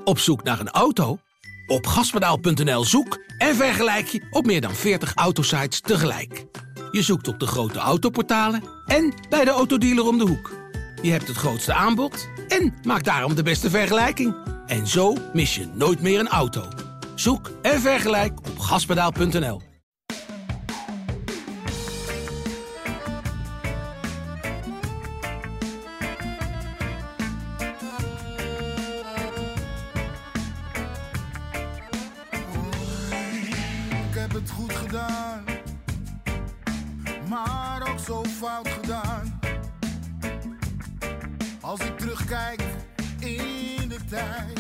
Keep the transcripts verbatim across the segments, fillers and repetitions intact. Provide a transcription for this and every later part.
Op zoek naar een auto? Op gaspedaal punt n l zoek en vergelijk je op meer dan veertig autosites tegelijk. Je zoekt op de grote autoportalen en bij de autodealer om de hoek. Je hebt het grootste aanbod en maakt daarom de beste vergelijking. En zo mis je nooit meer een auto. Zoek en vergelijk op gaspedaal punt n l. Ik heb het goed gedaan, maar ook zo fout gedaan. Als ik terugkijk in de tijd,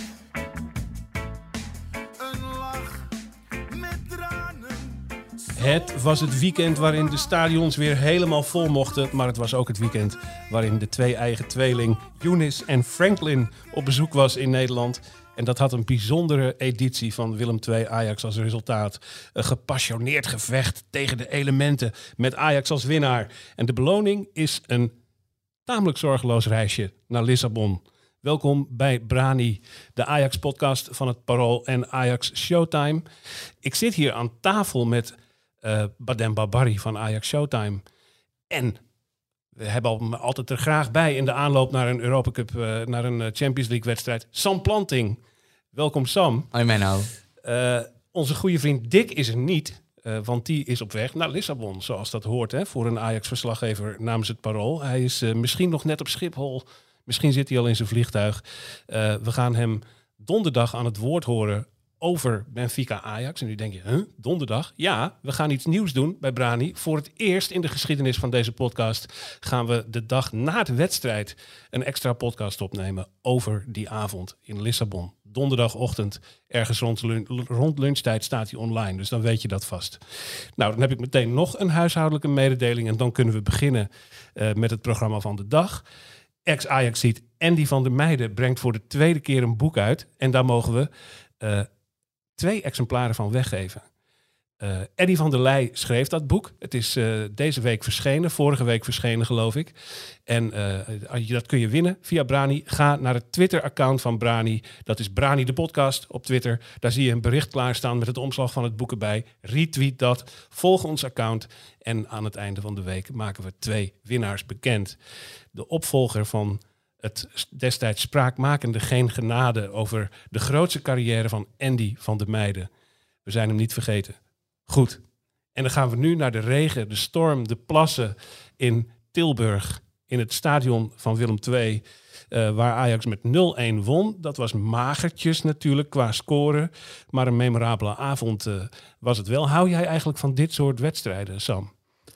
een lach met tranen. Het was het weekend waarin de stadions weer helemaal vol mochten. Maar het was ook het weekend waarin de twee-eigen tweeling Younes en Franklin op bezoek was in Nederland. En dat had een bijzondere editie van Willem twee Ajax als resultaat. Een gepassioneerd gevecht tegen de elementen met Ajax als winnaar. En de beloning is een tamelijk zorgeloos reisje naar Lissabon. Welkom bij Brani, de Ajax-podcast van het Parool en Ajax Showtime. Ik zit hier aan tafel met uh, Badem Barbari van Ajax Showtime. En we hebben me altijd er graag bij in de aanloop naar een Europa Cup, uh, naar een Champions League wedstrijd. Sam Planting. Welkom Sam. Hoi Menno. Uh, onze goede vriend Dick is er niet, uh, want die is op weg naar Lissabon, zoals dat hoort, hè, voor een Ajax-verslaggever namens het Parool. Hij is uh, misschien nog net op Schiphol, misschien zit hij al in zijn vliegtuig. Uh, we gaan hem donderdag aan het woord horen over Benfica Ajax. En nu denk je, huh? Donderdag? Ja, we gaan iets nieuws doen bij Brani. Voor het eerst in de geschiedenis van deze podcast gaan we de dag na de wedstrijd een extra podcast opnemen over die avond in Lissabon. Donderdagochtend, ergens rond, lun- rond lunchtijd staat hij online. Dus dan weet je dat vast. Nou, dan heb ik meteen nog een huishoudelijke mededeling. En dan kunnen we beginnen uh, met het programma van de dag. Ex-Ajaxiet Andy van der Meijden brengt voor de tweede keer een boek uit. En daar mogen we uh, twee exemplaren van weggeven. Uh, Eddie van der Leij schreef dat boek. Het is uh, deze week verschenen, vorige week verschenen geloof ik. En uh, dat kun je winnen via Brani. Ga naar het Twitter-account van Brani. Dat is Brani de podcast op Twitter. Daar zie je een bericht klaarstaan met het omslag van het boek erbij. Retweet dat, volg ons account. En aan het einde van de week maken we twee winnaars bekend. De opvolger van het destijds spraakmakende Geen Genade over de grootste carrière van Andy van der Meijden. We zijn hem niet vergeten. Goed. En dan gaan we nu naar de regen, de storm, de plassen in Tilburg. In het stadion van Willem twee, uh, waar Ajax met nul-een won. Dat was magertjes natuurlijk qua scoren. Maar een memorabele avond uh, was het wel. Hou jij eigenlijk van dit soort wedstrijden, Sam?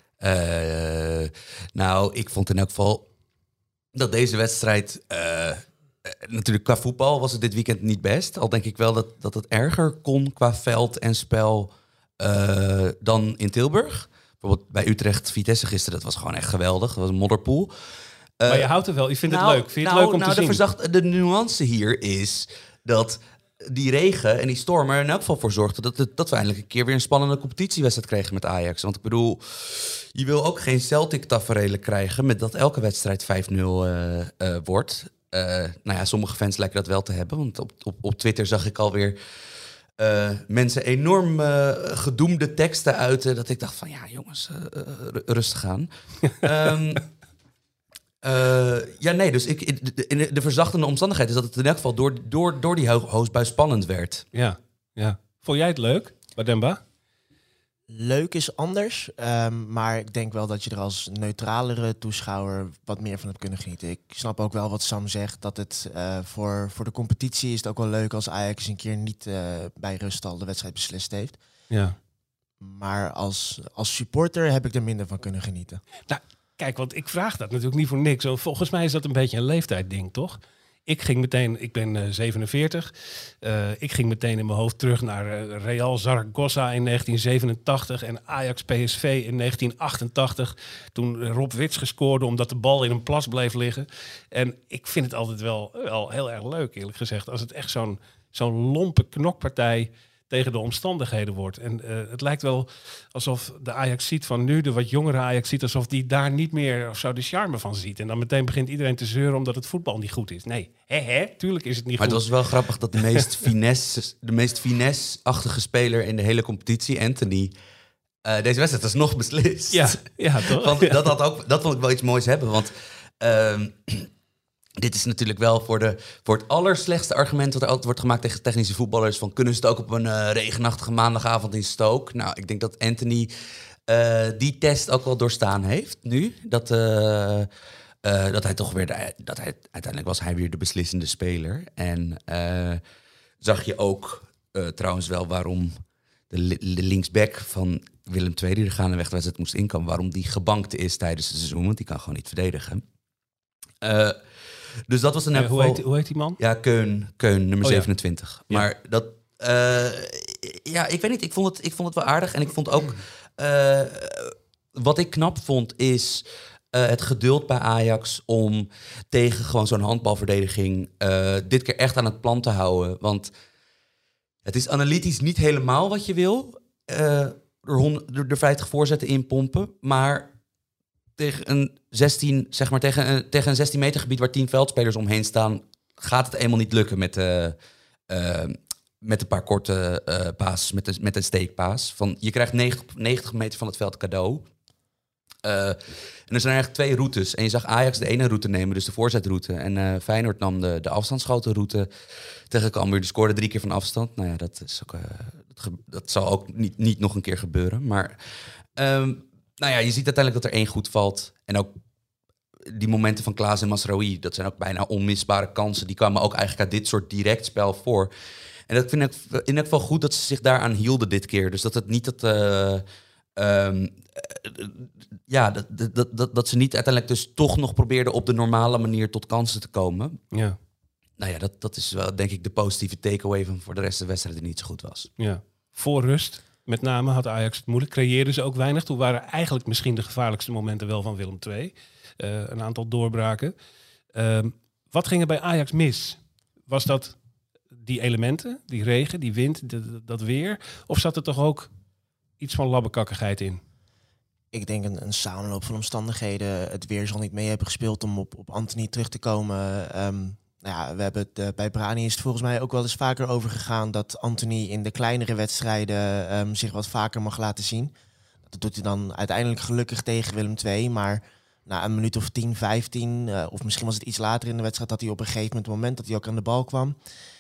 Uh, nou, ik vond in elk geval dat deze wedstrijd... Uh, natuurlijk qua voetbal was het dit weekend niet best. Al denk ik wel dat, dat het erger kon qua veld en spel uh, dan in Tilburg. Bijvoorbeeld bij Utrecht, Vitesse gisteren, dat was gewoon echt geweldig. Dat was een modderpoel. Uh, maar je houdt er wel, je vindt nou, het leuk. Vind je nou, het leuk om nou, te de zien? Verzacht, de nuance hier is dat die regen en die storm er in elk geval voor zorgden dat, het, dat we eindelijk een keer weer een spannende competitiewedstrijd kregen met Ajax. Want ik bedoel, je wil ook geen Celtic-taferelen krijgen met dat elke wedstrijd vijf nul uh, uh, wordt. Uh, nou ja, sommige fans lijken dat wel te hebben. Want op, op, op Twitter zag ik alweer uh, mensen enorm uh, gedoemde teksten uiten. Dat ik dacht van, ja jongens, uh, uh, rustig aan. um, uh, ja, nee, dus ik, in de, de verzachtende omstandigheid is dat het in elk geval door, door, door die ho- hoosbui spannend werd. Ja, ja. Vond jij het leuk, Bademba? Leuk is anders, um, maar ik denk wel dat je er als neutralere toeschouwer wat meer van hebt kunnen genieten. Ik snap ook wel wat Sam zegt, dat het uh, voor, voor de competitie is het ook wel leuk als Ajax een keer niet uh, bij rust al de wedstrijd beslist heeft. Ja. Maar als, als supporter heb ik er minder van kunnen genieten. Nou, kijk, want ik vraag dat natuurlijk niet voor niks. Volgens mij is dat een beetje een leeftijdding, toch? Ik ging meteen, ik ben uh, zevenenveertig, uh, ik ging meteen in mijn hoofd terug naar uh, Real Zaragoza in negentien zevenentachtig en Ajax P S V in negentien achtentachtig. Toen Rob Wits gescoorde omdat de bal in een plas bleef liggen. En ik vind het altijd wel, wel heel erg leuk, eerlijk gezegd. Als het echt zo'n, zo'n lompe knokpartij tegen de omstandigheden wordt. En uh, het lijkt wel alsof de Ajaxiet van nu, de wat jongere Ajaxiet, alsof die daar niet meer of zo de charme van ziet. En dan meteen begint iedereen te zeuren omdat het voetbal niet goed is. Nee, hè, hè, tuurlijk is het niet maar goed. Maar het was wel grappig dat de meest finesse, de meest finesse-achtige speler in de hele competitie, Anthony, uh, deze wedstrijd is nog beslist. Ja, ja toch? Want dat, had ook, dat vond ik wel iets moois hebben, want uh, dit is natuurlijk wel voor, de, voor het allerslechtste argument wat er altijd wordt gemaakt tegen technische voetballers, van kunnen ze het ook op een uh, regenachtige maandagavond in Stoke? Nou, ik denk dat Anthony uh, die test ook wel doorstaan heeft nu. Dat, uh, uh, dat hij toch weer, de, dat hij, uiteindelijk was hij weer de beslissende speler. En uh, zag je ook uh, trouwens wel waarom de, de linksback van Willem twee, die er gaandeweg de wedstrijd moest inkomen, waarom die gebankt is tijdens het seizoen, want die kan gewoon niet verdedigen. Uh, Dus dat was een uh, hoe, heet, hoe heet die man? Ja, Keun, Keun nummer oh, zevenentwintig. Ja. Maar dat... Uh, ja, ik weet niet. Ik vond, het, ik vond het wel aardig. En ik vond ook... Uh, wat ik knap vond, is uh, het geduld bij Ajax om tegen gewoon zo'n handbalverdediging uh, dit keer echt aan het plan te houden. Want het is analytisch niet helemaal wat je wil. Uh, er, hond, er vijftig voorzetten inpompen. Maar tegen een zestien, zeg maar, tegen een, tegen een zestien meter gebied waar tien veldspelers omheen staan, gaat het eenmaal niet lukken met, uh, uh, met een paar korte uh, passes, met, de, met een steekpaas. Van, je krijgt negentig, negentig meter van het veld cadeau. Uh, en er zijn eigenlijk twee routes. En je zag Ajax de ene route nemen, dus de voorzetroute. En uh, Feyenoord nam de, de afstandsschotenroute tegen Cambuur. Die scoorde drie keer van afstand. Nou ja, dat, is ook, uh, dat, ge- dat zal ook niet, niet nog een keer gebeuren. Maar um, nou ja, je ziet uiteindelijk dat er één goed valt. En ook die momenten van Klaas en Masraoui, dat zijn ook bijna onmisbare kansen. Die kwamen ook eigenlijk uit dit soort direct spel voor. En dat vind ik in ieder geval goed dat ze zich daaraan hielden dit keer. Dus dat het niet dat... Uh, um, ja, dat, dat, dat, dat ze niet uiteindelijk dus toch nog probeerden op de normale manier tot kansen te komen. Ja. Nou ja, dat, dat is wel denk ik de positieve takeaway van voor de rest van de wedstrijd die niet zo goed was. Ja. Voor rust, met name, had Ajax het moeilijk. Creëerden ze ook weinig. Toen waren eigenlijk misschien de gevaarlijkste momenten wel van Willem twee. Uh, een aantal doorbraken. Uh, wat ging er bij Ajax mis? Was dat die elementen, die regen, die wind, de, dat weer? Of zat er toch ook iets van labbekakkigheid in? Ik denk een, een samenloop van omstandigheden. Het weer zal niet mee hebben gespeeld om op, op Anthony terug te komen. Um, nou ja, we hebben het, uh, bij Brani is het volgens mij ook wel eens vaker over gegaan dat Anthony in de kleinere wedstrijden um, zich wat vaker mag laten zien. Dat doet hij dan uiteindelijk gelukkig tegen Willem twee, maar na een minuut of tien, vijftien, uh, of misschien was het iets later in de wedstrijd, dat hij op een gegeven moment, het moment dat hij ook aan de bal kwam,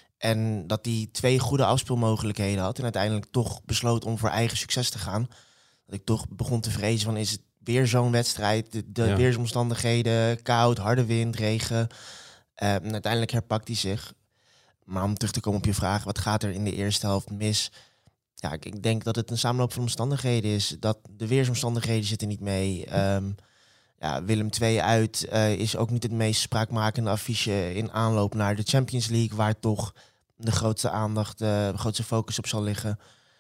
en dat hij twee goede afspeelmogelijkheden had en uiteindelijk toch besloot om voor eigen succes te gaan. Dat ik toch begon te vrezen van, is het weer zo'n wedstrijd? De, de Ja. weersomstandigheden, koud, harde wind, regen. Uh, en uiteindelijk herpakt hij zich. Maar om terug te komen op je vraag, wat gaat er in de eerste helft mis? Ja, ik, ik denk dat het een samenloop van omstandigheden is. Dat de weersomstandigheden zitten niet mee. Um, ja, Willem twee uit uh, is ook niet het meest spraakmakende affiche in aanloop naar de Champions League, waar toch de grootste aandacht, uh, de grootste focus op zal liggen.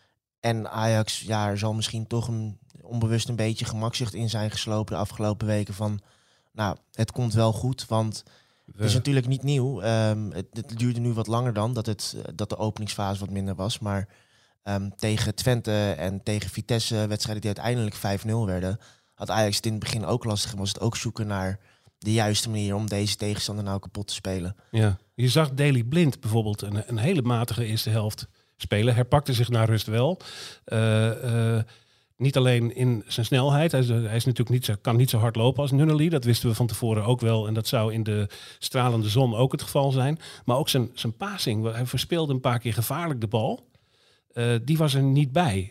En Ajax, ja, er zal misschien toch een, onbewust een beetje gemakzucht in zijn geslopen de afgelopen weken van, nou, het komt wel goed, want We, het is natuurlijk niet nieuw. Um, het, het duurde nu wat langer dan, dat, het, dat de openingsfase wat minder was. Maar um, tegen Twente en tegen Vitesse, wedstrijden die uiteindelijk vijf nul werden, had Ajax het in het begin ook lastig en was het ook zoeken naar de juiste manier om deze tegenstander nou kapot te spelen. ja. Je zag Daley Blind bijvoorbeeld een, een hele matige eerste helft spelen. Herpakte zich naar rust wel. Uh, uh, niet alleen in zijn snelheid. Hij is, hij is natuurlijk niet zo, kan niet zo hard lopen als Nunnally. Dat wisten we van tevoren ook wel. En dat zou in de stralende zon ook het geval zijn. Maar ook zijn, zijn passing. Hij verspeelde een paar keer gevaarlijk de bal. Uh, die was er niet bij.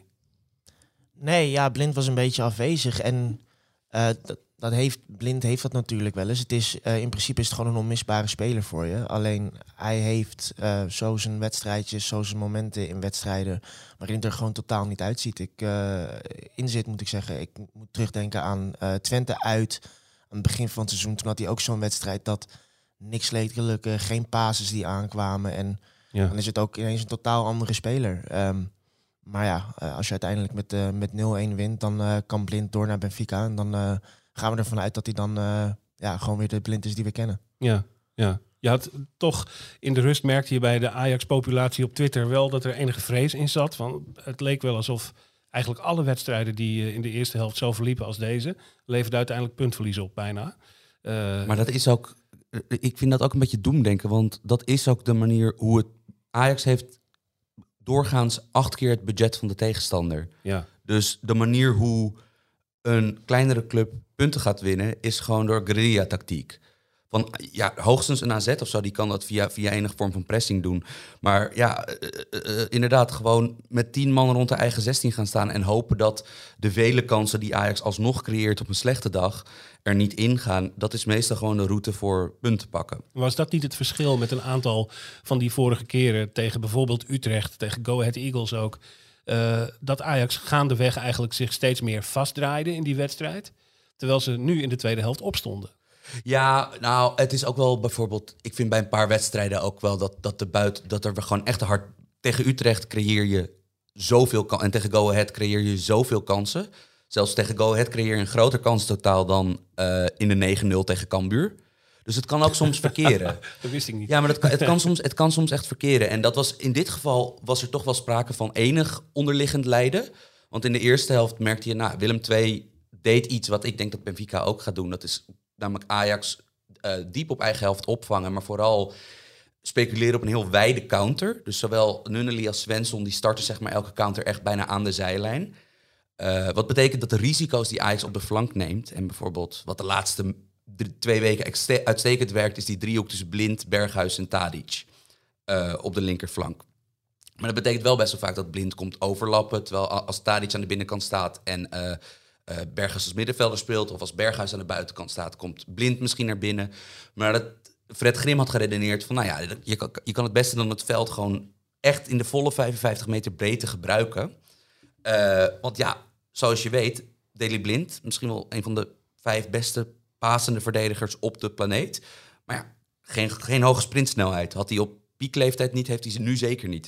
Nee, ja, Blind was een beetje afwezig. En uh, dat, dat heeft, Blind heeft dat natuurlijk wel eens. Het is, uh, in principe is het gewoon een onmisbare speler voor je. Alleen hij heeft uh, zo zijn wedstrijdjes, zo zijn momenten in wedstrijden waarin het er gewoon totaal niet uitziet. Ik uh, in zit, moet ik zeggen. Ik moet terugdenken aan uh, Twente uit. Aan het begin van het seizoen. Toen had hij ook zo'n wedstrijd dat niks leek te lukken. Geen passes die aankwamen. En Ja. dan is het ook ineens een totaal andere speler. Um, maar ja, uh, als je uiteindelijk met, uh, met nul-een wint, dan uh, kan Blind door naar Benfica. En dan uh, gaan we ervan uit dat hij dan uh, ja, gewoon weer de Blind is die we kennen. Ja, ja. Je had toch in de rust merkte je bij de Ajax-populatie op Twitter wel dat er enige vrees in zat. Van, het leek wel alsof eigenlijk alle wedstrijden die uh, in de eerste helft zo verliepen als deze, leverden uiteindelijk puntverlies op bijna. Uh, Maar dat is ook, ik vind dat ook een beetje doemdenken, want dat is ook de manier hoe het Ajax heeft doorgaans acht keer het budget van de tegenstander. ja. Dus de manier hoe een kleinere club punten gaat winnen is gewoon door guerrilla-tactiek. Van ja, hoogstens een A Z of zo, die kan dat via, via enige vorm van pressing doen. Maar ja, uh, uh, uh, inderdaad, gewoon met tien man rond de eigen zestien gaan staan en hopen dat de vele kansen die Ajax alsnog creëert op een slechte dag er niet ingaan. Dat is meestal gewoon de route voor punten pakken. Was dat niet het verschil met een aantal van die vorige keren tegen bijvoorbeeld Utrecht, tegen Go Ahead Eagles ook, uh, dat Ajax gaandeweg eigenlijk zich steeds meer vastdraaide in die wedstrijd, terwijl ze nu in de tweede helft opstonden? Ja, nou, het is ook wel bijvoorbeeld, ik vind bij een paar wedstrijden ook wel dat, dat, de buiten, dat er gewoon echt hard... Tegen Utrecht creëer je zoveel kansen en tegen Go Ahead creëer je zoveel kansen. Zelfs tegen Go Ahead creëer je een groter kans totaal dan uh, in de negen nul tegen Cambuur. Dus het kan ook soms verkeren. Dat wist ik niet. Ja, maar dat kan, het, kan soms, het kan soms echt verkeren. En dat was in dit geval was er toch wel sprake van enig onderliggend lijden. Want in de eerste helft merkte je, nou, Willem twee deed iets wat ik denk dat Benfica ook gaat doen. Dat is namelijk Ajax uh, diep op eigen helft opvangen, maar vooral speculeren op een heel wijde counter. Dus zowel Nunnely als Svensson die starten zeg maar elke counter echt bijna aan de zijlijn. Uh, wat betekent dat de risico's die Ajax op de flank neemt, en bijvoorbeeld wat de laatste drie, twee weken exte- uitstekend werkt, is die driehoek tussen Blind, Berghuis en Tadic uh, op de linkerflank. Maar dat betekent wel best wel vaak dat Blind komt overlappen, terwijl als Tadic aan de binnenkant staat en uh, uh, Berghuis als middenvelder speelt, of als Berghuis aan de buitenkant staat, komt Blind misschien naar binnen. Maar dat Fred Grim had geredeneerd van, nou ja, je kan, je kan het beste dan het veld gewoon echt in de volle vijfenvijftig meter breedte gebruiken. Uh, want ja, zoals je weet, Daley Blind, misschien wel een van de vijf beste pasende verdedigers op de planeet. Maar ja, geen, geen hoge sprintsnelheid. Had hij op piekleeftijd niet, heeft hij ze nu zeker niet.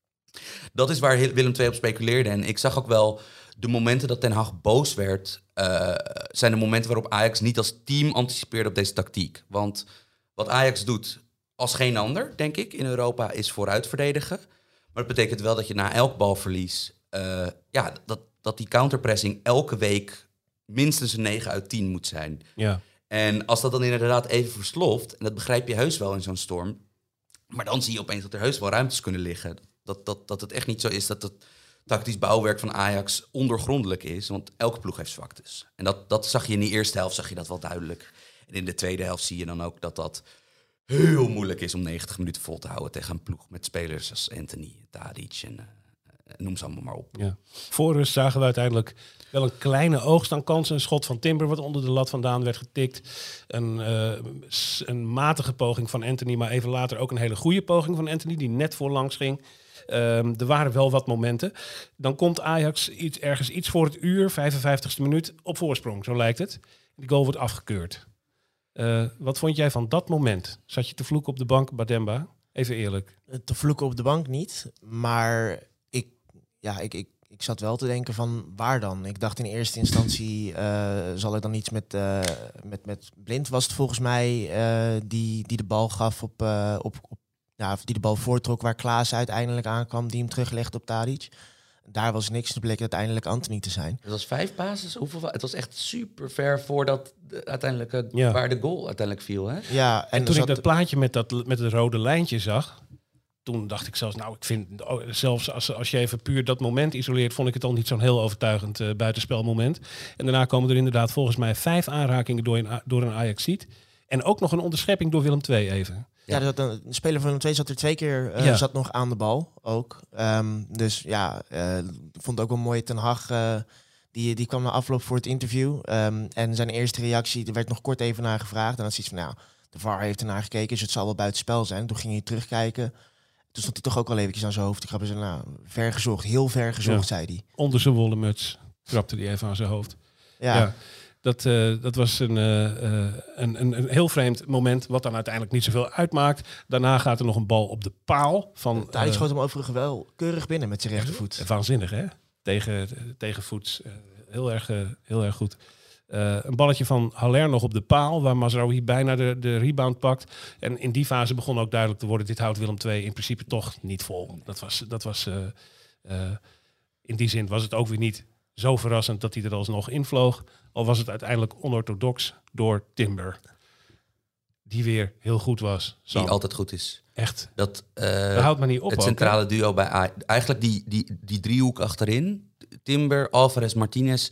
Dat is waar Willem twee op speculeerde. En ik zag ook wel de momenten dat Ten Hag boos werd, uh, zijn de momenten waarop Ajax niet als team anticipeerde op deze tactiek. Want wat Ajax doet als geen ander, denk ik, in Europa, is vooruit verdedigen. Maar dat betekent wel dat je na elk balverlies, uh, ja, dat, dat die counterpressing elke week minstens een negen uit tien moet zijn. Ja. En als dat dan inderdaad even versloft, en dat begrijp je heus wel in zo'n storm, maar dan zie je opeens dat er heus wel ruimtes kunnen liggen. Dat, dat, dat het echt niet zo is dat het tactisch bouwwerk van Ajax ondergrondelijk is, want elke ploeg heeft zwaktes. En dat, dat zag je in die eerste helft, zag je dat wel duidelijk. En in de tweede helft zie je dan ook dat dat heel moeilijk is om negentig minuten vol te houden tegen een ploeg met spelers als Anthony, Tadic en uh, noem ze allemaal maar op. Ja. Voor rust zagen we uiteindelijk wel een kleine oogst aan kansen. Een schot van Timber wat onder de lat vandaan werd getikt. Een, uh, een matige poging van Anthony, maar even later ook een hele goede poging van Anthony die net voorlangs ging. Um, er waren wel wat momenten. Dan komt Ajax iets, ergens iets voor het uur, vijfenvijftigste minuut, op voorsprong, zo lijkt het. Die goal wordt afgekeurd. Uh, wat vond jij van dat moment? Zat je te vloeken op de bank, Bademba? Even eerlijk. Te vloeken op de bank niet, maar ik, ja, ik, ik, ik zat wel te denken van waar dan? Ik dacht in eerste instantie, uh, zal er dan iets met, uh, met, met Blind was het volgens mij, uh, die, die de bal gaf op, uh, op, op ja, die de bal voortrok waar Klaas uiteindelijk aankwam, die hem teruglegde op Tadic. Daar was niks, het bleek uiteindelijk Anthony te zijn. Het was vijf bases, hoeveel? Het was echt super ver voordat de, uiteindelijk uh, ja. waar de goal uiteindelijk viel. Hè? Ja, en, en toen zat... ik dat plaatje met dat met het rode lijntje zag, toen dacht ik zelfs, nou, ik vind oh, zelfs als, als je even puur dat moment isoleert, vond ik het al niet zo'n heel overtuigend uh, buitenspelmoment. En daarna komen er inderdaad volgens mij vijf aanrakingen door een, door een Ajaxiet. En ook nog een onderschepping door Willem twee even. Ja, ja een speler van Willem twee zat er twee keer uh, ja. zat nog aan de bal ook. Um, dus ja, uh, vond ook wel mooi Ten Hag. Uh, die, die kwam na afloop voor het interview. Um, en zijn eerste reactie, er werd nog kort even naar gevraagd. En dat is iets van, nou, de V A R heeft ernaar gekeken, dus het zal wel buitenspel zijn. Toen ging hij terugkijken. Toen stond hij toch ook al eventjes aan zijn hoofd. Ik heb zei, nou, ver gezocht, heel ver gezocht, ja. zei hij. Onder zijn wollen muts krabte hij even aan zijn hoofd. Ja. ja. Dat, uh, dat was een, uh, uh, een, een, een heel vreemd moment, wat dan uiteindelijk niet zoveel uitmaakt. Daarna gaat er nog een bal op de paal. Van, Tadic uh, schoot hem overigens wel keurig binnen met zijn rechtervoet. Waanzinnig, hè? Tegen, tegen voets. Uh, heel, erg, uh, heel erg goed. Uh, een balletje van Haller nog op de paal, waar Mazraoui bijna de, de rebound pakt. En in die fase begon ook duidelijk te worden, dit houdt Willem twee in principe toch niet vol. Dat was, dat was uh, uh, in die zin was het ook weer niet zo verrassend dat hij er alsnog invloog. Al was het uiteindelijk onorthodox door Timber. Die weer heel goed was. Sam. Die altijd goed is. Echt. Dat, uh, dat houdt maar niet op. Het ook, centrale hè? duo bij A- eigenlijk die, die, die driehoek achterin. Timber, Alvarez, Martinez.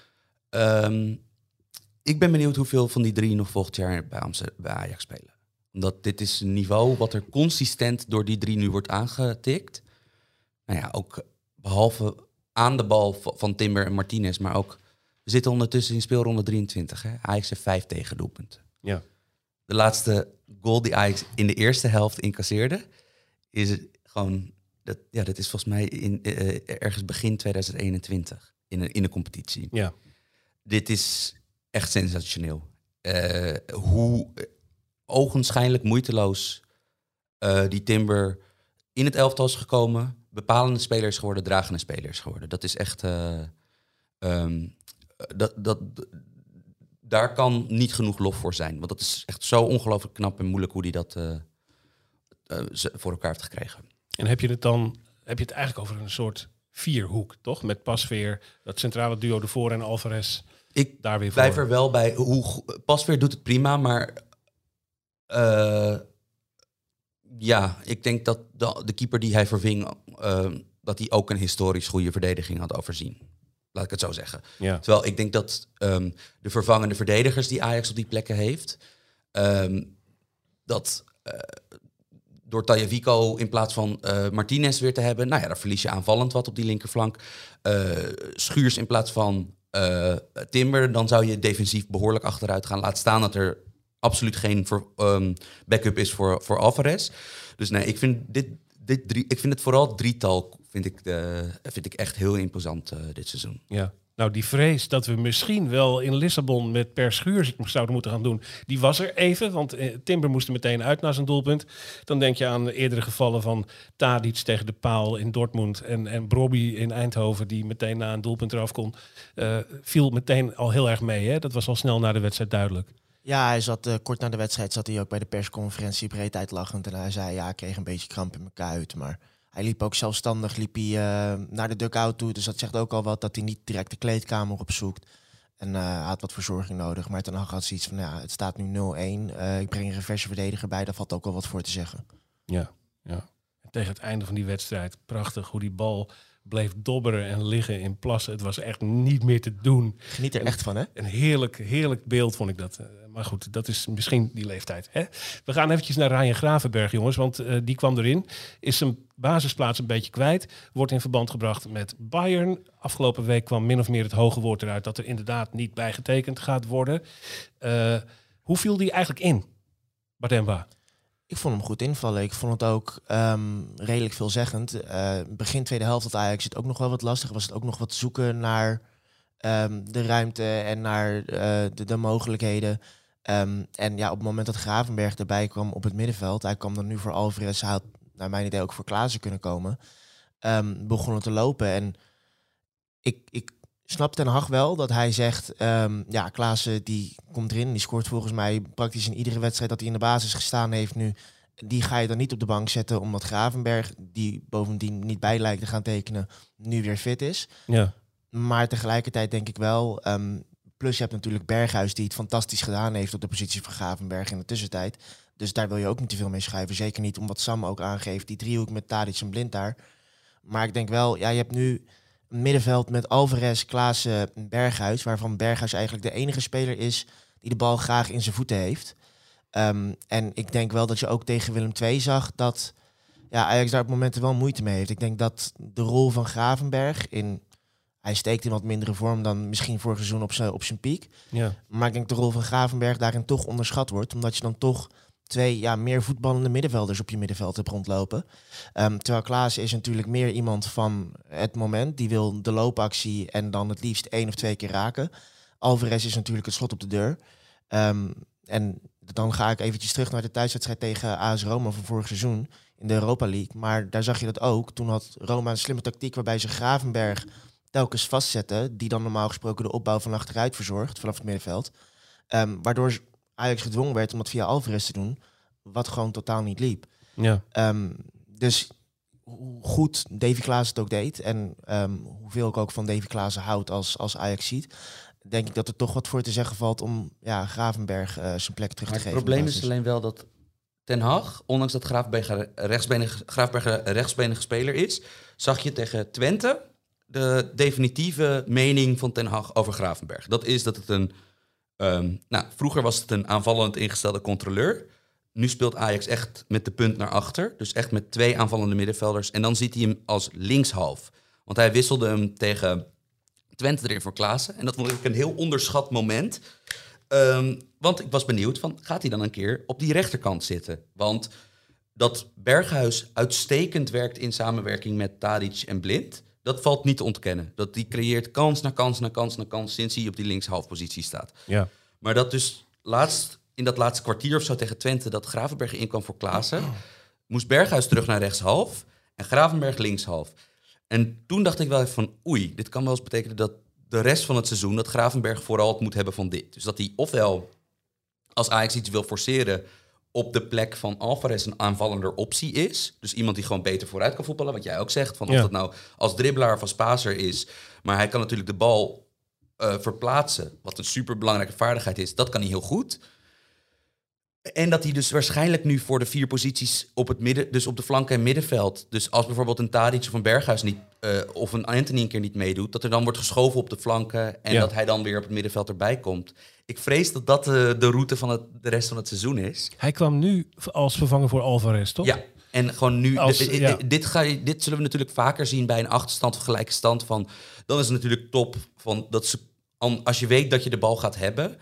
Um, ik ben benieuwd hoeveel van die drie nog volgend jaar bij, Amsterdam, bij Ajax spelen. Omdat dit is een niveau wat er consistent door die drie nu wordt aangetikt. Nou ja, ook behalve aan de bal van Timber en Martinez, maar ook... We zitten ondertussen in speelronde drieëntwintig. Hè? Ajax heeft vijf tegendoelpunten. Ja. De laatste goal die Ajax in de eerste helft incasseerde, is het gewoon... Dat, ja, dat is volgens mij in, uh, ergens begin tweeduizend eenentwintig in een, in de competitie. Ja. Dit is echt sensationeel. Uh, hoe ogenschijnlijk moeiteloos uh, die Timber in het elftal is gekomen, bepalende spelers geworden, dragende spelers geworden. Dat is echt... Uh, um, dat, dat, daar kan niet genoeg lof voor zijn. Want dat is echt zo ongelooflijk knap en moeilijk hoe hij dat uh, uh, voor elkaar heeft gekregen. En heb je het dan, heb je het eigenlijk over een soort vierhoek, toch? Met Pasveer, dat centrale duo ervoor en Alvarez ik daar weer blijf voor. er wel bij. Hoe, Pasveer doet het prima, maar uh, ja, ik denk dat de, de keeper die hij verving, uh, dat hij ook een historisch goede verdediging had overzien. Laat ik het zo zeggen. Ja. Terwijl ik denk dat um, de vervangende verdedigers die Ajax op die plekken heeft, um, dat uh, door Tagliafico in plaats van uh, Martinez weer te hebben, nou ja, dan verlies je aanvallend wat op die linkerflank. Uh, Schuurs in plaats van uh, Timber, dan zou je defensief behoorlijk achteruit gaan. Laat staan dat er absoluut geen voor, um, backup is voor, voor Alvarez. Dus nee, ik vind dit, dit drie, ik vind het vooral drietal vind ik, de, vind ik echt heel imposant uh, dit seizoen. Ja. Nou, die vrees dat we misschien wel in Lissabon met per Schuurs zouden moeten gaan doen, die was er even, want eh, Timber moest er meteen uit naar zijn doelpunt. Dan denk je aan eerdere gevallen van Tadic tegen de paal in Dortmund en, en Brobby in Eindhoven, die meteen na een doelpunt eraf kon. Uh, viel meteen al heel erg mee, hè? Dat was al snel na de wedstrijd duidelijk. Ja, hij zat uh, kort na de wedstrijd zat hij ook bij de persconferentie breed uitlachend en hij zei, ja, ik kreeg een beetje kramp in mijn kuit, maar... Hij liep ook zelfstandig liep hij, uh, naar de dugout toe. Dus dat zegt ook al wat dat hij niet direct de kleedkamer opzoekt. En uh, hij had wat verzorging nodig. Maar ten had zoiets van, ja, het staat nu nul-een. Uh, ik breng er een verse verdediger bij. Daar valt ook al wat voor te zeggen. Ja, ja. En tegen het einde van die wedstrijd, prachtig hoe die bal bleef dobberen en liggen in plassen. Het was echt niet meer te doen. Geniet er echt van, hè? Een heerlijk, heerlijk beeld vond ik dat. Uh, maar goed, dat is misschien die leeftijd. Hè? We gaan eventjes naar Ryan Gravenberch, jongens. Want uh, die kwam erin. Is zijn basisplaats een beetje kwijt. Wordt in verband gebracht met Bayern. Afgelopen week kwam min of meer het hoge woord eruit dat er inderdaad niet bijgetekend gaat worden. Uh, hoe viel die eigenlijk in, Bademba? Ik vond hem goed invallen. Ik vond het ook um, redelijk veelzeggend. Uh, begin tweede helft had Ajax het ook nog wel wat lastig. Was het ook nog wat zoeken naar um, de ruimte en naar uh, de, de mogelijkheden. Um, en ja, op het moment dat Gravenberch erbij kwam op het middenveld, hij kwam dan nu voor Alvarez, hij had naar mijn idee ook voor Klaassen kunnen komen, um, begon het te lopen. En ik, ik snap Ten Hag wel dat hij zegt, um, ja, Klaassen die komt erin, die scoort volgens mij praktisch in iedere wedstrijd dat hij in de basis gestaan heeft nu. Die ga je dan niet op de bank zetten, omdat Gravenberch, die bovendien niet bij lijkt te gaan tekenen, nu weer fit is. Ja. Maar tegelijkertijd denk ik wel, um, plus je hebt natuurlijk Berghuis die het fantastisch gedaan heeft op de positie van Gravenberch in de tussentijd. Dus daar wil je ook niet te veel mee schuiven. Zeker niet omdat Sam ook aangeeft, die driehoek met Tadic en Blind daar. Maar ik denk wel, ja, je hebt nu een middenveld met Alvarez, Klaassen en Berghuis, waarvan Berghuis eigenlijk de enige speler is die de bal graag in zijn voeten heeft. Um, en ik denk wel dat je ook tegen Willem twee zag dat ja, Ajax daar op momenten wel moeite mee heeft. Ik denk dat de rol van Gravenberch in... Hij steekt in wat mindere vorm dan misschien vorig seizoen op zijn op zijn piek. Ja. Maar ik denk de rol van Gravenberch daarin toch onderschat wordt. Omdat je dan toch twee ja, meer voetballende middenvelders op je middenveld hebt rondlopen. Um, terwijl Klaassen is natuurlijk meer iemand van het moment. Die wil de loopactie en dan het liefst één of twee keer raken. Alvarez is natuurlijk het slot op de deur. Um, en dan ga ik eventjes terug naar de thuiswedstrijd tegen A S Roma van vorig seizoen in de Europa League. Maar daar zag je dat ook. Toen had Roma een slimme tactiek waarbij ze Gravenberch telkens vastzetten, die dan normaal gesproken de opbouw van achteruit verzorgt, vanaf het middenveld. Um, waardoor Ajax gedwongen werd om dat via Alvarez te doen, wat gewoon totaal niet liep. Ja. Um, dus hoe goed Davy Klaassen het ook deed, en um, hoeveel ik ook van Davy Klaassen houd als, als Ajax ziet, denk ik dat er toch wat voor te zeggen valt om ja, Gravenberg uh, zijn plek terug Maar te het geven. probleem is alleen wel dat Ten Hag, ondanks dat Gravenberg een rechtsbenige, Gravenberg een rechtsbenige speler is, zag je tegen Twente de definitieve mening van Ten Hag over Gravenberg. Dat is dat het een... Um, nou, vroeger was het een aanvallend ingestelde controleur. Nu speelt Ajax echt met de punt naar achter. Dus echt met twee aanvallende middenvelders. En dan ziet hij hem als linkshalf. Want hij wisselde hem tegen Twente erin voor Klaassen. En dat vond ik een heel onderschat moment. Um, want ik was benieuwd van, gaat hij dan een keer op die rechterkant zitten? Want dat Berghuis uitstekend werkt in samenwerking met Tadic en Blind, dat valt niet te ontkennen. Dat die creëert kans na kans na kans na kans sinds hij op die linkshalfpositie staat. Ja. Maar dat dus laatst, in dat laatste kwartier of zo tegen Twente, dat Gravenberg inkwam voor Klaassen, moest Berghuis terug naar rechtshalf en Gravenberg linkshalf. En toen dacht ik wel even van, oei, dit kan wel eens betekenen dat de rest van het seizoen dat Gravenberg vooral het moet hebben van dit. Dus dat hij ofwel, als Ajax iets wil forceren, op de plek van Alvarez een aanvallender optie is. Dus iemand die gewoon beter vooruit kan voetballen, wat jij ook zegt. Van of Ja. dat nou als dribbelaar of als paser is. Maar hij kan natuurlijk de bal uh, verplaatsen, wat een superbelangrijke vaardigheid is. Dat kan hij heel goed. En dat hij dus waarschijnlijk nu voor de vier posities op het midden, dus op de flanken en middenveld. Dus als bijvoorbeeld een Tadic of een Berghuis niet, uh, of een Anthony een keer niet meedoet, dat er dan wordt geschoven op de flanken en Ja. dat hij dan weer op het middenveld erbij komt. Ik vrees dat dat uh, de route van het, de rest van het seizoen is. Hij kwam nu als vervanger voor Alvarez, toch? Ja, en gewoon nu, Als- d- d- ja. dit, ga je, dit zullen we natuurlijk vaker zien bij een achterstand of gelijke stand. Van, dan is het natuurlijk top van dat ze, an- als je weet dat je de bal gaat hebben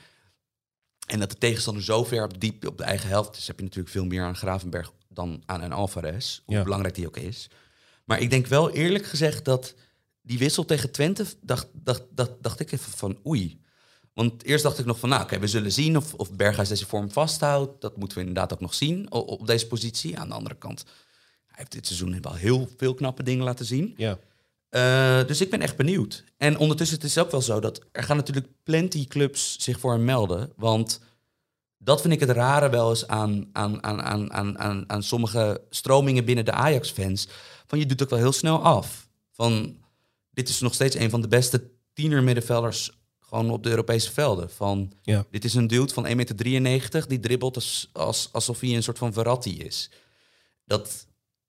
en dat de tegenstander zo ver op diep op de eigen helft is, heb je natuurlijk veel meer aan Gravenberg dan aan een Alvarez, hoe Ja. belangrijk die ook is. Maar ik denk wel eerlijk gezegd dat die wissel tegen Twente, dacht, dacht, dacht, dacht ik even van oei. Want eerst dacht ik nog van, nou oké, we zullen zien of, of Berghuis deze vorm vasthoudt. Dat moeten we inderdaad ook nog zien op, op deze positie. Aan de andere kant, hij heeft dit seizoen wel heel veel knappe dingen laten zien. Ja. Uh, dus ik ben echt benieuwd. En ondertussen het is het ook wel zo dat er gaan natuurlijk plenty clubs zich voor hem melden. Want dat vind ik het rare wel eens aan, aan, aan, aan, aan, aan, aan sommige stromingen binnen de Ajax-fans. Van je doet ook wel heel snel af. Van dit is nog steeds een van de beste tiener-middenvelders gewoon op de Europese velden. Van, Ja. dit is een dude van één meter drieënnegentig die dribbelt als, als, alsof hij een soort van Verratti is. Dat,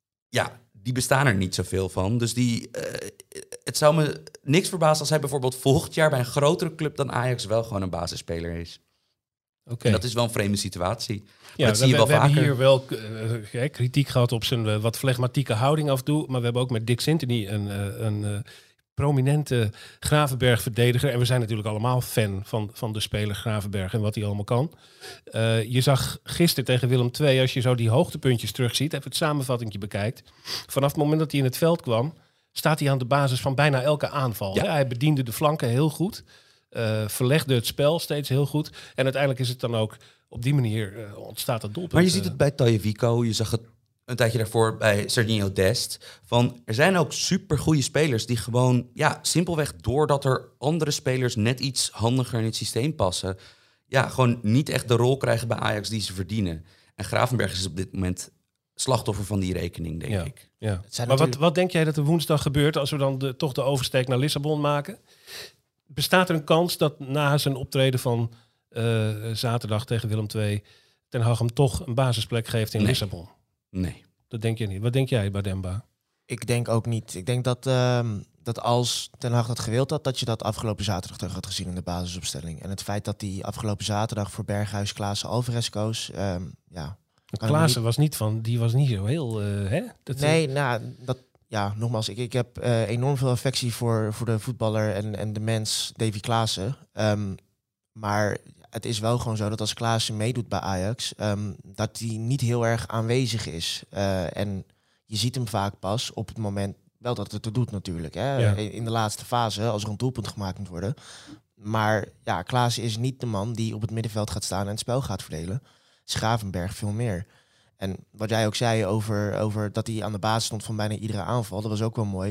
ja, die bestaan er niet zoveel van. Dus die, uh, het zou me niks verbazen als hij bijvoorbeeld volgend jaar bij een grotere club dan Ajax wel gewoon een basisspeler is. Oké. En dat is wel een vreemde situatie. Maar Ja, dat we, zie je wel we hebben vaker. hier wel uh, uh, kritiek gehad op zijn uh, wat flegmatieke houding af en toe. Maar we hebben ook met Dick Sintony een, uh, een uh, prominente Gravenberg-verdediger. En we zijn natuurlijk allemaal fan van, van de speler Gravenberg en wat hij allemaal kan. Uh, je zag gisteren tegen Willem twee, als je zo die hoogtepuntjes terugziet, even het samenvattingje bekijkt. Vanaf het moment dat hij in het veld kwam, staat hij aan de basis van bijna elke aanval. Ja. Hè? Hij bediende de flanken heel goed. Uh, verlegde het spel steeds heel goed. En uiteindelijk is het dan ook op die manier uh, ontstaat het doelpunt. Maar je ziet het bij Tagliafico, je zag het een tijdje daarvoor bij Serginho Dest. Van, er zijn ook supergoeie spelers die gewoon, ja, simpelweg doordat er andere spelers net iets handiger in het systeem passen, ja, gewoon niet echt de rol krijgen bij Ajax die ze verdienen. En Gravenberg is op dit moment slachtoffer van die rekening, denk Ja. ik. Ja. Het zijn Maar wat, natuurlijk- wat denk jij dat er woensdag gebeurt als we dan de, toch de oversteek naar Lissabon maken? Bestaat er een kans dat na zijn optreden van uh, zaterdag tegen Willem twee Ten Hag hem toch een basisplek geeft in Nee. Lissabon? Nee. Dat denk je niet. Wat denk jij, Bademba? Ik denk ook niet. Ik denk dat, ehm, dat als Ten Hag dat gewild had, dat je dat afgelopen zaterdag terug had gezien in de basisopstelling. En het feit dat hij afgelopen zaterdag voor Berghuis, Klaassen, Alvarez koos, ehm, ja. Kan ik Klaassen was niet van, die was niet zo heel, uh, hè? Dat, Nee, nou, dat, ja, nogmaals, ik, ik heb uh, enorm veel affectie voor, voor de voetballer en, en de mens Davy Klaassen. Um, maar het is wel gewoon zo dat als Klaassen meedoet bij Ajax, um, dat hij niet heel erg aanwezig is. Uh, en je ziet hem vaak pas op het moment, wel dat het er doet natuurlijk, hè, Ja. in de laatste fase, als er een doelpunt gemaakt moet worden. Maar ja, Klaassen is niet de man die op het middenveld gaat staan en het spel gaat verdelen. Gravenberg veel meer. En wat jij ook zei over, over dat hij aan de basis stond van bijna iedere aanval, dat was ook wel mooi.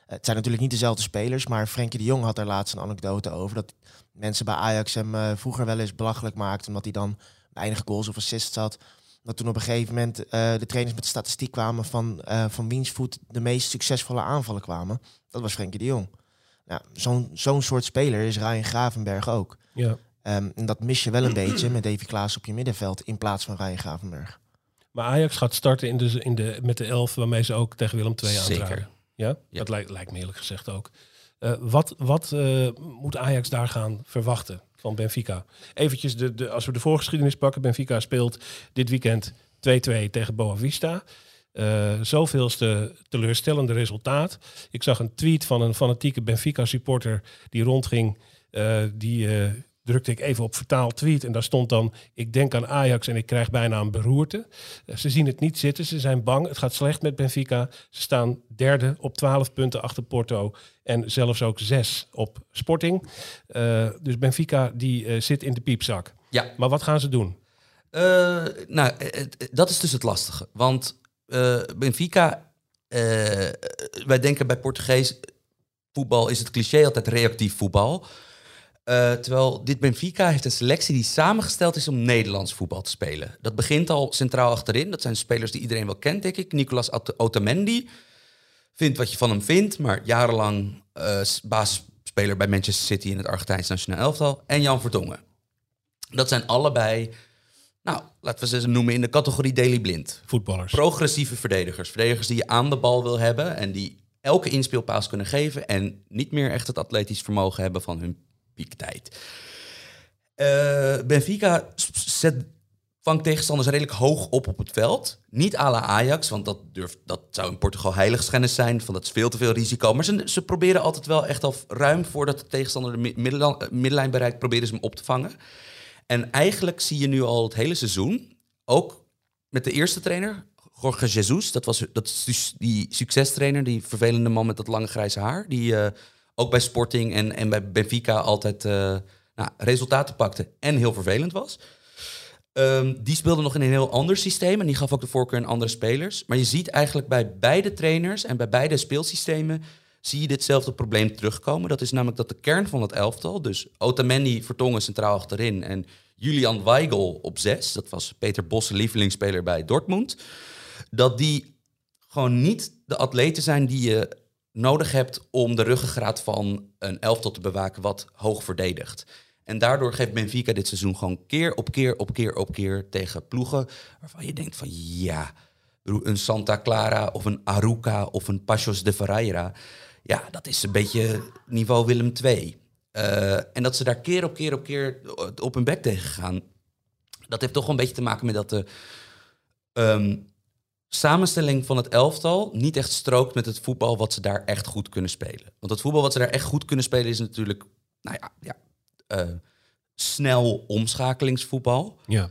het zijn natuurlijk niet dezelfde spelers, maar Frenkie de Jong had daar laatst een anekdote over. Dat mensen bij Ajax hem uh, vroeger wel eens belachelijk maakten, omdat hij dan weinig goals of assists had. Dat toen op een gegeven moment uh, de trainers met de statistiek kwamen van, uh, van wiens voet de meest succesvolle aanvallen kwamen. Dat was Frenkie de Jong. Nou, zo'n, zo'n soort speler is Ryan Gravenberch ook. Ja. Um, en dat mis je wel een beetje met Davy Klaas op je middenveld in plaats van Ryan Gravenberch. Maar Ajax gaat starten in de, in de, met de elf waarmee ze ook tegen Willem twee aantraden. Zeker. Ja? Ja. Dat lijkt, lijkt me eerlijk gezegd ook. Uh, wat wat uh, moet Ajax daar gaan verwachten van Benfica? Eventjes, de, de, als we de voorgeschiedenis pakken. Benfica speelt dit weekend twee-twee tegen Boavista. Uh, zoveelste teleurstellende resultaat. Ik zag een tweet van een fanatieke Benfica-supporter die rondging. Uh, die uh, drukte ik even op vertaal tweet en daar stond dan: ik denk aan Ajax en ik krijg bijna een beroerte. Uh, ze zien het niet zitten, ze zijn bang. Het gaat slecht met Benfica. Ze staan derde op twaalf punten achter Porto en zelfs ook zes op Sporting. Uh, dus Benfica die uh, zit in de piepzak. Ja. Maar wat gaan ze doen? Uh, nou, uh, dat is dus het lastige. Want uh, Benfica, uh, wij denken bij Portugees voetbal is het cliché altijd reactief voetbal. Uh, terwijl dit Benfica heeft een selectie die samengesteld is om Nederlands voetbal te spelen. Dat begint al centraal achterin. Dat zijn spelers die iedereen wel kent, denk ik. Nicolas Otamendi. Vindt wat je van hem vindt, maar jarenlang uh, basisspeler bij Manchester City in het Argentijns nationaal elftal. En Jan Vertongen. Dat zijn allebei, nou, laten we ze noemen in de categorie Daley Blind. Voetballers. Progressieve verdedigers. Verdedigers die je aan de bal wil hebben en die elke inspeelpaas kunnen geven en niet meer echt het atletisch vermogen hebben van hun piektijd. Uh, Benfica zet, vangt tegenstanders redelijk hoog op op het veld. Niet à la Ajax, want dat, durft, dat zou in Portugal heiligschennis zijn. Van dat is veel te veel risico. Maar ze, ze proberen altijd wel echt al ruim voordat de tegenstander de middellijn, middenlijn bereikt, proberen ze hem op te vangen. En eigenlijk zie je nu al het hele seizoen, ook met de eerste trainer, Jorge Jesus, dat, was, dat is dus die succestrainer, die vervelende man met dat lange grijze haar, die uh, ook bij Sporting en, en bij Benfica altijd uh, nou, resultaten pakte en heel vervelend was. Um, die speelde nog in een heel ander systeem en die gaf ook de voorkeur aan andere spelers. Maar je ziet eigenlijk bij beide trainers en bij beide speelsystemen zie je ditzelfde probleem terugkomen. Dat is namelijk dat de kern van het elftal, dus Otamendi, Vertongen centraal achterin en Julian Weigl op zes, dat was Peter Bosz, lievelingsspeler bij Dortmund, dat die gewoon niet de atleten zijn die je nodig hebt om de ruggengraat van een elftal te bewaken wat hoog verdedigt. En daardoor geeft Benfica dit seizoen gewoon keer op keer op keer op keer tegen ploegen waarvan je denkt van ja, een Santa Clara of een Arouca of een Paços de Ferreira. Ja, dat is een beetje niveau Willem twee. Uh, en dat ze daar keer op keer op keer op hun bek tegen gaan, dat heeft toch wel een beetje te maken met dat de um, samenstelling van het elftal niet echt strookt met het voetbal wat ze daar echt goed kunnen spelen. Want het voetbal wat ze daar echt goed kunnen spelen is natuurlijk, nou ja, ja uh, snel omschakelingsvootbal. Ja.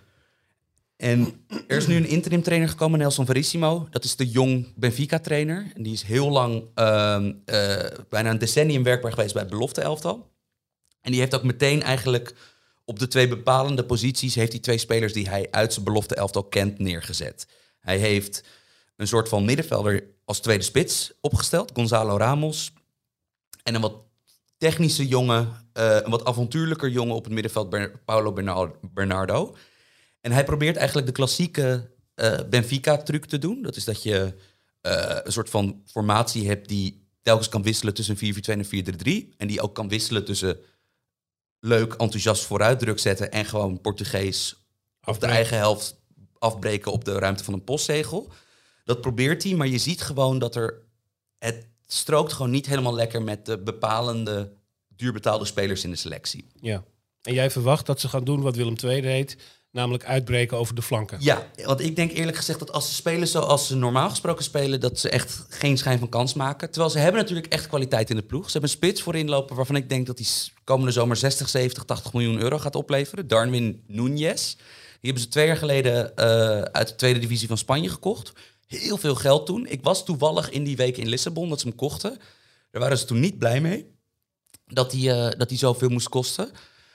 En er is nu een interim trainer gekomen, Nelson Verissimo. Dat is de jong Benfica-trainer. En die is heel lang, uh, uh, bijna een decennium werkbaar geweest bij het belofte elftal. En die heeft ook meteen eigenlijk op de twee bepalende posities heeft hij twee spelers die hij uit zijn belofte elftal kent neergezet. Hij heeft een soort van middenvelder als tweede spits opgesteld, Gonzalo Ramos. En een wat technische jongen, uh, een wat avontuurlijker jongen op het middenveld, Ber- Paulo Bernardo. En hij probeert eigenlijk de klassieke uh, Benfica-truc te doen. Dat is dat je uh, een soort van formatie hebt die telkens kan wisselen tussen een vier vier twee en een vier drie drie. En die ook kan wisselen tussen leuk, enthousiast vooruit druk zetten en gewoon Portugees of de eigen helft afbreken op de ruimte van een postzegel. Dat probeert hij, maar je ziet gewoon dat er het strookt gewoon niet helemaal lekker met de bepalende duurbetaalde spelers in de selectie. Ja. En jij verwacht dat ze gaan doen wat Willem twee deed, namelijk uitbreken over de flanken. Ja, want ik denk eerlijk gezegd dat als ze spelen zoals ze normaal gesproken spelen, dat ze echt geen schijn van kans maken. Terwijl ze hebben natuurlijk echt kwaliteit in de ploeg. Ze hebben een spits voorin lopen waarvan ik denk dat die komende zomer zestig, zeventig, tachtig miljoen euro gaat opleveren. Darwin Núñez. Die hebben ze twee jaar geleden uh, uit de tweede divisie van Spanje gekocht. Heel veel geld toen. Ik was toevallig in die week in Lissabon dat ze hem kochten. Daar waren ze toen niet blij mee dat hij uh, dat hij zoveel moest kosten.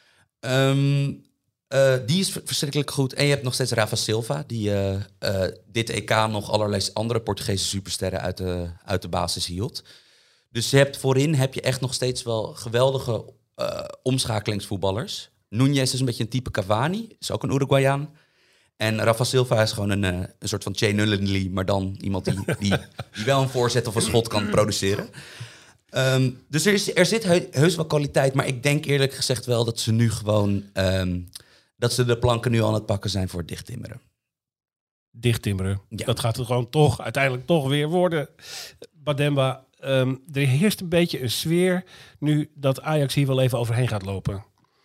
Um, Uh, die is verschrikkelijk goed. En je hebt nog steeds Rafa Silva, die uh, uh, dit E K nog allerlei andere Portugese supersterren uit de, uit de basis hield. Dus je hebt, voorin heb je echt nog steeds wel geweldige uh, omschakelingsvoetballers. Núñez is een beetje een type Cavani, is ook een Uruguayaan. En Rafa Silva is gewoon een, uh, een soort van Jay Nullenly, maar dan iemand die, die, die wel een voorzet of een schot kan produceren. Um, dus er, is, er zit he, heus wel kwaliteit, maar ik denk eerlijk gezegd wel dat ze nu gewoon... Um, dat ze de planken nu aan het pakken zijn voor het dichttimmeren. Dichttimmeren. Ja. Dat gaat er gewoon toch uiteindelijk toch weer worden. Bademba, um, er heerst een beetje een sfeer nu dat Ajax hier wel even overheen gaat lopen.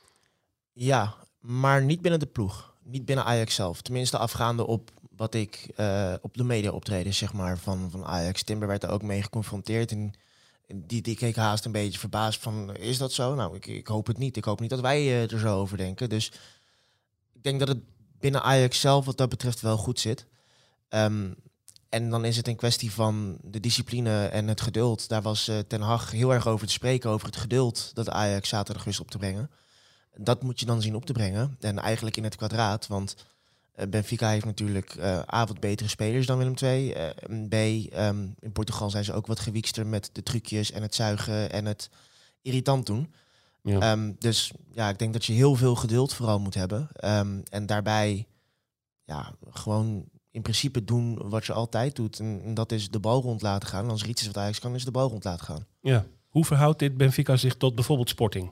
Ja, maar niet binnen de ploeg. Niet binnen Ajax zelf. Tenminste afgaande op wat ik uh, op de media optreden zeg maar, van, van Ajax. Timber werd er ook mee geconfronteerd. En die, die keek haast een beetje verbaasd van, is dat zo? Nou, ik, ik hoop het niet. Ik hoop niet dat wij uh, er zo over denken. Dus ik denk dat het binnen Ajax zelf wat dat betreft wel goed zit. Um, en dan is het een kwestie van de discipline en het geduld. Daar was uh, Ten Hag heel erg over te spreken, over het geduld dat Ajax zaterdag wist op te brengen. Dat moet je dan zien op te brengen. En eigenlijk in het kwadraat, want uh, Benfica heeft natuurlijk uh, A, wat betere spelers dan Willem twee. Uh, B, um, in Portugal zijn ze ook wat gewiekster met de trucjes en het zuigen en het irritant doen. Ja. Um, dus ja, ik denk dat je heel veel geduld vooral moet hebben. Um, en daarbij ja, gewoon in principe doen wat je altijd doet. En, en dat is de bal rond laten gaan. En als er iets is wat Ajax kan, is de bal rond laten gaan. Ja. Hoe verhoudt dit Benfica zich tot bijvoorbeeld Sporting?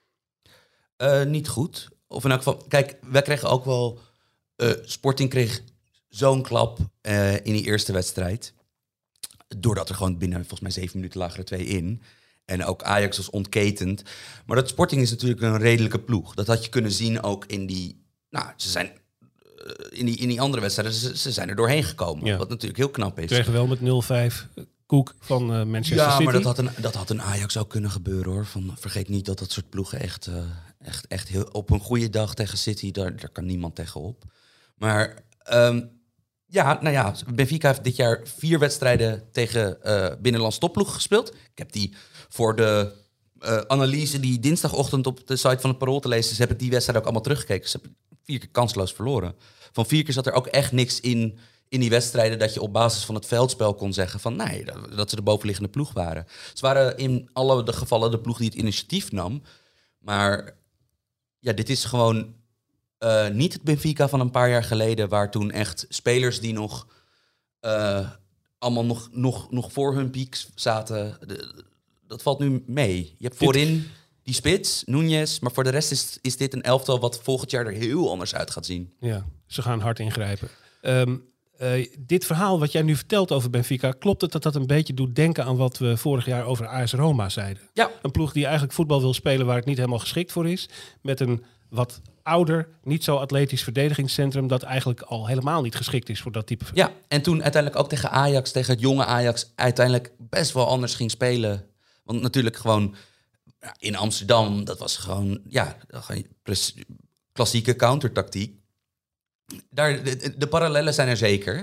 Uh, niet goed. Of in elk geval, kijk, wij kregen ook wel... Uh, Sporting kreeg zo'n klap uh, in die eerste wedstrijd. Doordat er gewoon binnen, volgens mij zeven minuten lagen er twee in. En ook Ajax was ontketend. Maar dat Sporting is natuurlijk een redelijke ploeg. Dat had je kunnen zien ook in die... Nou, ze zijn... Uh, in, die in die andere wedstrijden, ze, ze zijn er doorheen gekomen. Ja. Wat natuurlijk heel knap is. Kregen wel met nul vijf... Koek van uh, Manchester ja, City. Ja, maar dat had, een, dat had een Ajax ook kunnen gebeuren, hoor. Van, vergeet niet dat dat soort ploegen echt, uh, echt, echt heel... Op een goede dag tegen City, daar, daar kan niemand tegenop. Maar um, ja, nou ja, Benfica heeft dit jaar vier wedstrijden tegen uh, binnenlands topploeg gespeeld. Ik heb die voor de uh, analyse die dinsdagochtend op de site van het Parool te lezen is, heb ik die wedstrijd ook allemaal teruggekeken. Ze hebben vier keer kansloos verloren. Van vier keer zat er ook echt niks in... in die wedstrijden dat je op basis van het veldspel kon zeggen van nee, dat, dat ze de bovenliggende ploeg waren. Ze waren in alle de gevallen de ploeg die het initiatief nam. Maar ja, dit is gewoon uh, niet het Benfica van een paar jaar geleden, waar toen echt spelers die nog uh, allemaal nog, nog, nog voor hun piek zaten. De, dat valt nu mee. Je hebt voorin die spits, Núñez, maar voor de rest is, is dit een elftal wat volgend jaar er heel anders uit gaat zien. Ja, ze gaan hard ingrijpen. Um, Uh, dit verhaal wat jij nu vertelt over Benfica, klopt het dat dat een beetje doet denken aan wat we vorig jaar over A S Roma zeiden? Ja. Een ploeg die eigenlijk voetbal wil spelen waar het niet helemaal geschikt voor is. Met een wat ouder, niet zo atletisch verdedigingscentrum dat eigenlijk al helemaal niet geschikt is voor dat type. Ja, en toen uiteindelijk ook tegen Ajax, tegen het jonge Ajax, uiteindelijk best wel anders ging spelen. Want natuurlijk gewoon ja, in Amsterdam, dat was gewoon ja, klassieke countertactiek. Daar, de, de parallellen zijn er zeker.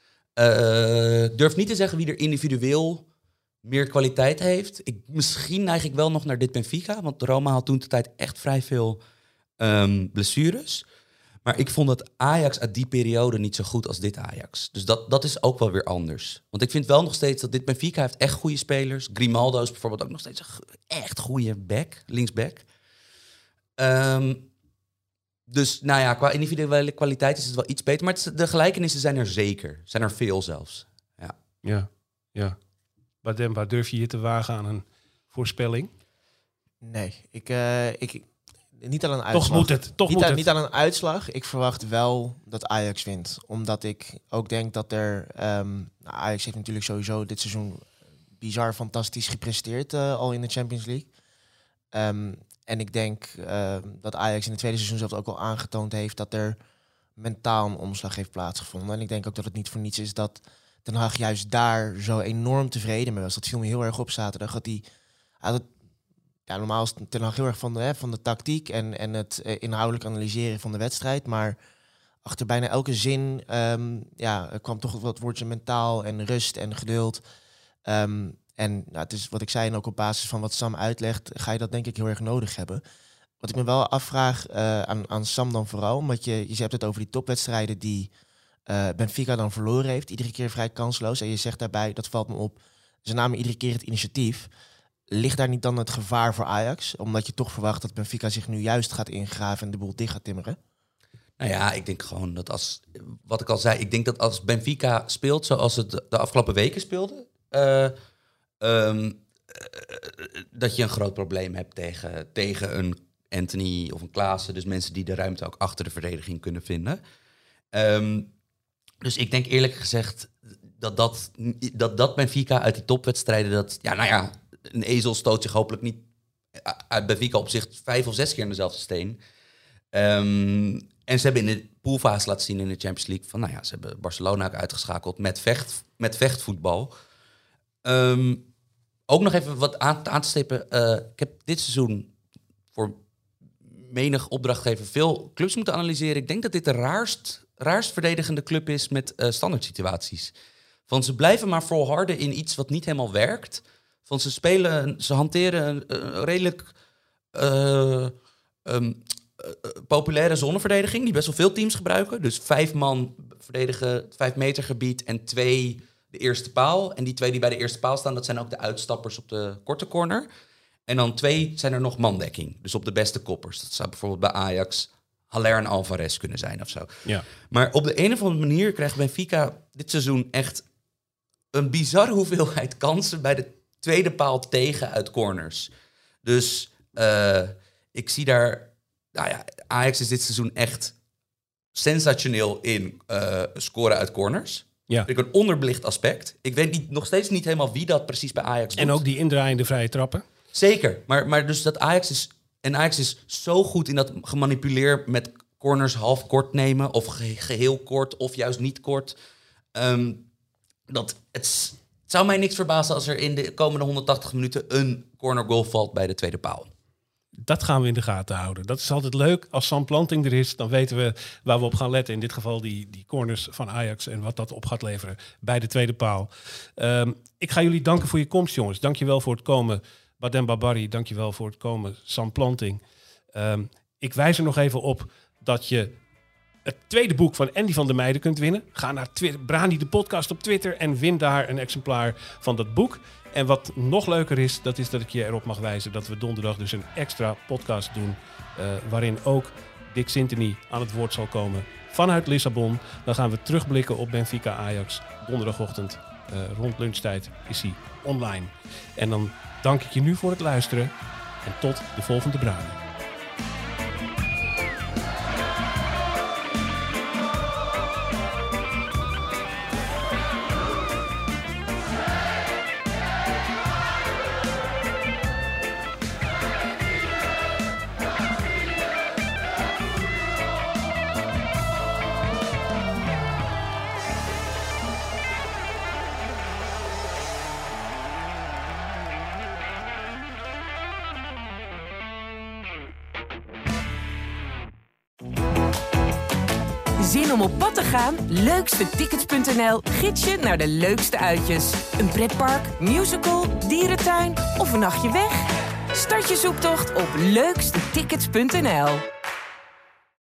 Uh, ik durf niet te zeggen wie er individueel meer kwaliteit heeft. Ik, misschien neig ik wel nog naar dit Benfica, want Roma had toen de tijd echt vrij veel um, blessures. Maar ik vond dat Ajax uit die periode niet zo goed als dit Ajax. Dus dat, dat is ook wel weer anders. Want ik vind wel nog steeds dat dit Benfica heeft echt goede spelers. Grimaldo is bijvoorbeeld ook nog steeds een echt goede back, linksback. Um, Dus nou ja, qua individuele kwaliteit is het wel iets beter. Maar het is, de gelijkenissen zijn er zeker. Zijn er veel zelfs. Ja, ja. ja. Bademba, durf je je te wagen aan een voorspelling? Nee, ik, uh, ik niet aan een uitslag. Toch moet het. Toch niet, moet aan, het. niet aan een uitslag. Ik verwacht wel dat Ajax wint. Omdat ik ook denk dat er... Um, nou, Ajax heeft natuurlijk sowieso dit seizoen bizar fantastisch gepresteerd. Uh, al in de Champions League. Um, En ik denk uh, dat Ajax in het tweede seizoen zelf ook al aangetoond heeft dat er mentaal een omslag heeft plaatsgevonden. En ik denk ook dat het niet voor niets is dat Ten Hag juist daar zo enorm tevreden mee was. Dat viel me heel erg op zaterdag. Dat hij, had het, ja, normaal is Ten Hag heel erg van de, hè, van de tactiek en, en het uh, inhoudelijk analyseren van de wedstrijd. Maar achter bijna elke zin um, ja, kwam toch wat woordje mentaal en rust en geduld. Um, En nou, het is wat ik zei, en ook op basis van wat Sam uitlegt, ga je dat denk ik heel erg nodig hebben. Wat ik me wel afvraag uh, aan, aan Sam dan vooral, omdat je, je hebt het over die topwedstrijden die uh, Benfica dan verloren heeft, iedere keer vrij kansloos. En je zegt daarbij, dat valt me op, Ze namen iedere keer het initiatief. Ligt daar niet dan het gevaar voor Ajax? Omdat je toch verwacht dat Benfica zich nu juist gaat ingraven en de boel dicht gaat timmeren? Nou ja, ik denk gewoon dat als... Wat ik al zei, ik denk dat als Benfica speelt zoals het de afgelopen weken speelde... Uh, um, uh, dat je een groot probleem hebt tegen, tegen een Anthony of een Klaassen. Dus mensen die de ruimte ook achter de verdediging kunnen vinden. Um, dus ik denk eerlijk gezegd dat dat, dat, dat Benfica uit die topwedstrijden... dat ja, nou ja, een ezel stoot zich hopelijk niet uit Benfica op zich vijf of zes keer in dezelfde steen. Um, en ze hebben in de poolfase laten zien in de Champions League... van nou ja, ze hebben Barcelona ook uitgeschakeld met, vecht, met vechtvoetbal. Um, ook nog even wat aan, aan te stippen. Uh, ik heb dit seizoen voor menig opdrachtgever veel clubs moeten analyseren. Ik denk dat dit de raarst, raarst verdedigende club is met uh, standaard situaties. Van ze blijven maar volharden in iets wat niet helemaal werkt. Van ze spelen, ze hanteren een, een redelijk uh, um, uh, populaire zonneverdediging die best wel veel teams gebruiken. Dus vijf man verdedigen het vijf meter gebied en twee de eerste paal. En die twee die bij de eerste paal staan, dat zijn ook de uitstappers op de korte corner. En dan twee zijn er nog mandekking. Dus op de beste koppers. Dat zou bijvoorbeeld bij Ajax Haller en Alvarez kunnen zijn of zo. Ja. Maar op de een of andere manier krijgt Benfica dit seizoen echt een bizarre hoeveelheid kansen bij de tweede paal tegen uit corners. Dus uh, ik zie daar... Nou ja, Ajax is dit seizoen echt sensationeel in uh, scoren uit corners. Ja. Vind ik een onderbelicht aspect. Ik weet niet, nog steeds niet helemaal wie dat precies bij Ajax doet. En ook die indraaiende vrije trappen. Zeker, maar, maar dus dat Ajax is... En Ajax is zo goed in dat gemanipuleer met corners half kort nemen... of ge- geheel kort, of juist niet kort. Um, dat het, het zou mij niks verbazen als er in de komende honderdtachtig minuten... een corner goal valt bij de tweede paal. Dat gaan we in de gaten houden. Dat is altijd leuk. Als Sam Planting er is, dan weten we waar we op gaan letten. In dit geval die, die corners van Ajax en wat dat op gaat leveren bij de tweede paal. Um, ik ga jullie danken voor je komst, jongens. Dank je wel voor het komen, Badem Babari. Dank je wel voor het komen, Sam Planting. Um, ik wijs er nog even op dat je het tweede boek van Andy van der Meijden kunt winnen. Ga naar Twitter, Brani de podcast op Twitter en win daar een exemplaar van dat boek. En wat nog leuker is, dat is dat ik je erop mag wijzen dat we donderdag dus een extra podcast doen. Uh, waarin ook Dick Sintony aan het woord zal komen vanuit Lissabon. Dan gaan we terugblikken op Benfica Ajax. Donderdagochtend uh, rond lunchtijd is hij online. En dan dank ik je nu voor het luisteren. En tot de volgende Brani. Zin om op pad te gaan? Leukstetickets punt n l gids je naar de leukste uitjes. Een pretpark, musical, dierentuin of een nachtje weg? Start je zoektocht op leukstetickets punt n l.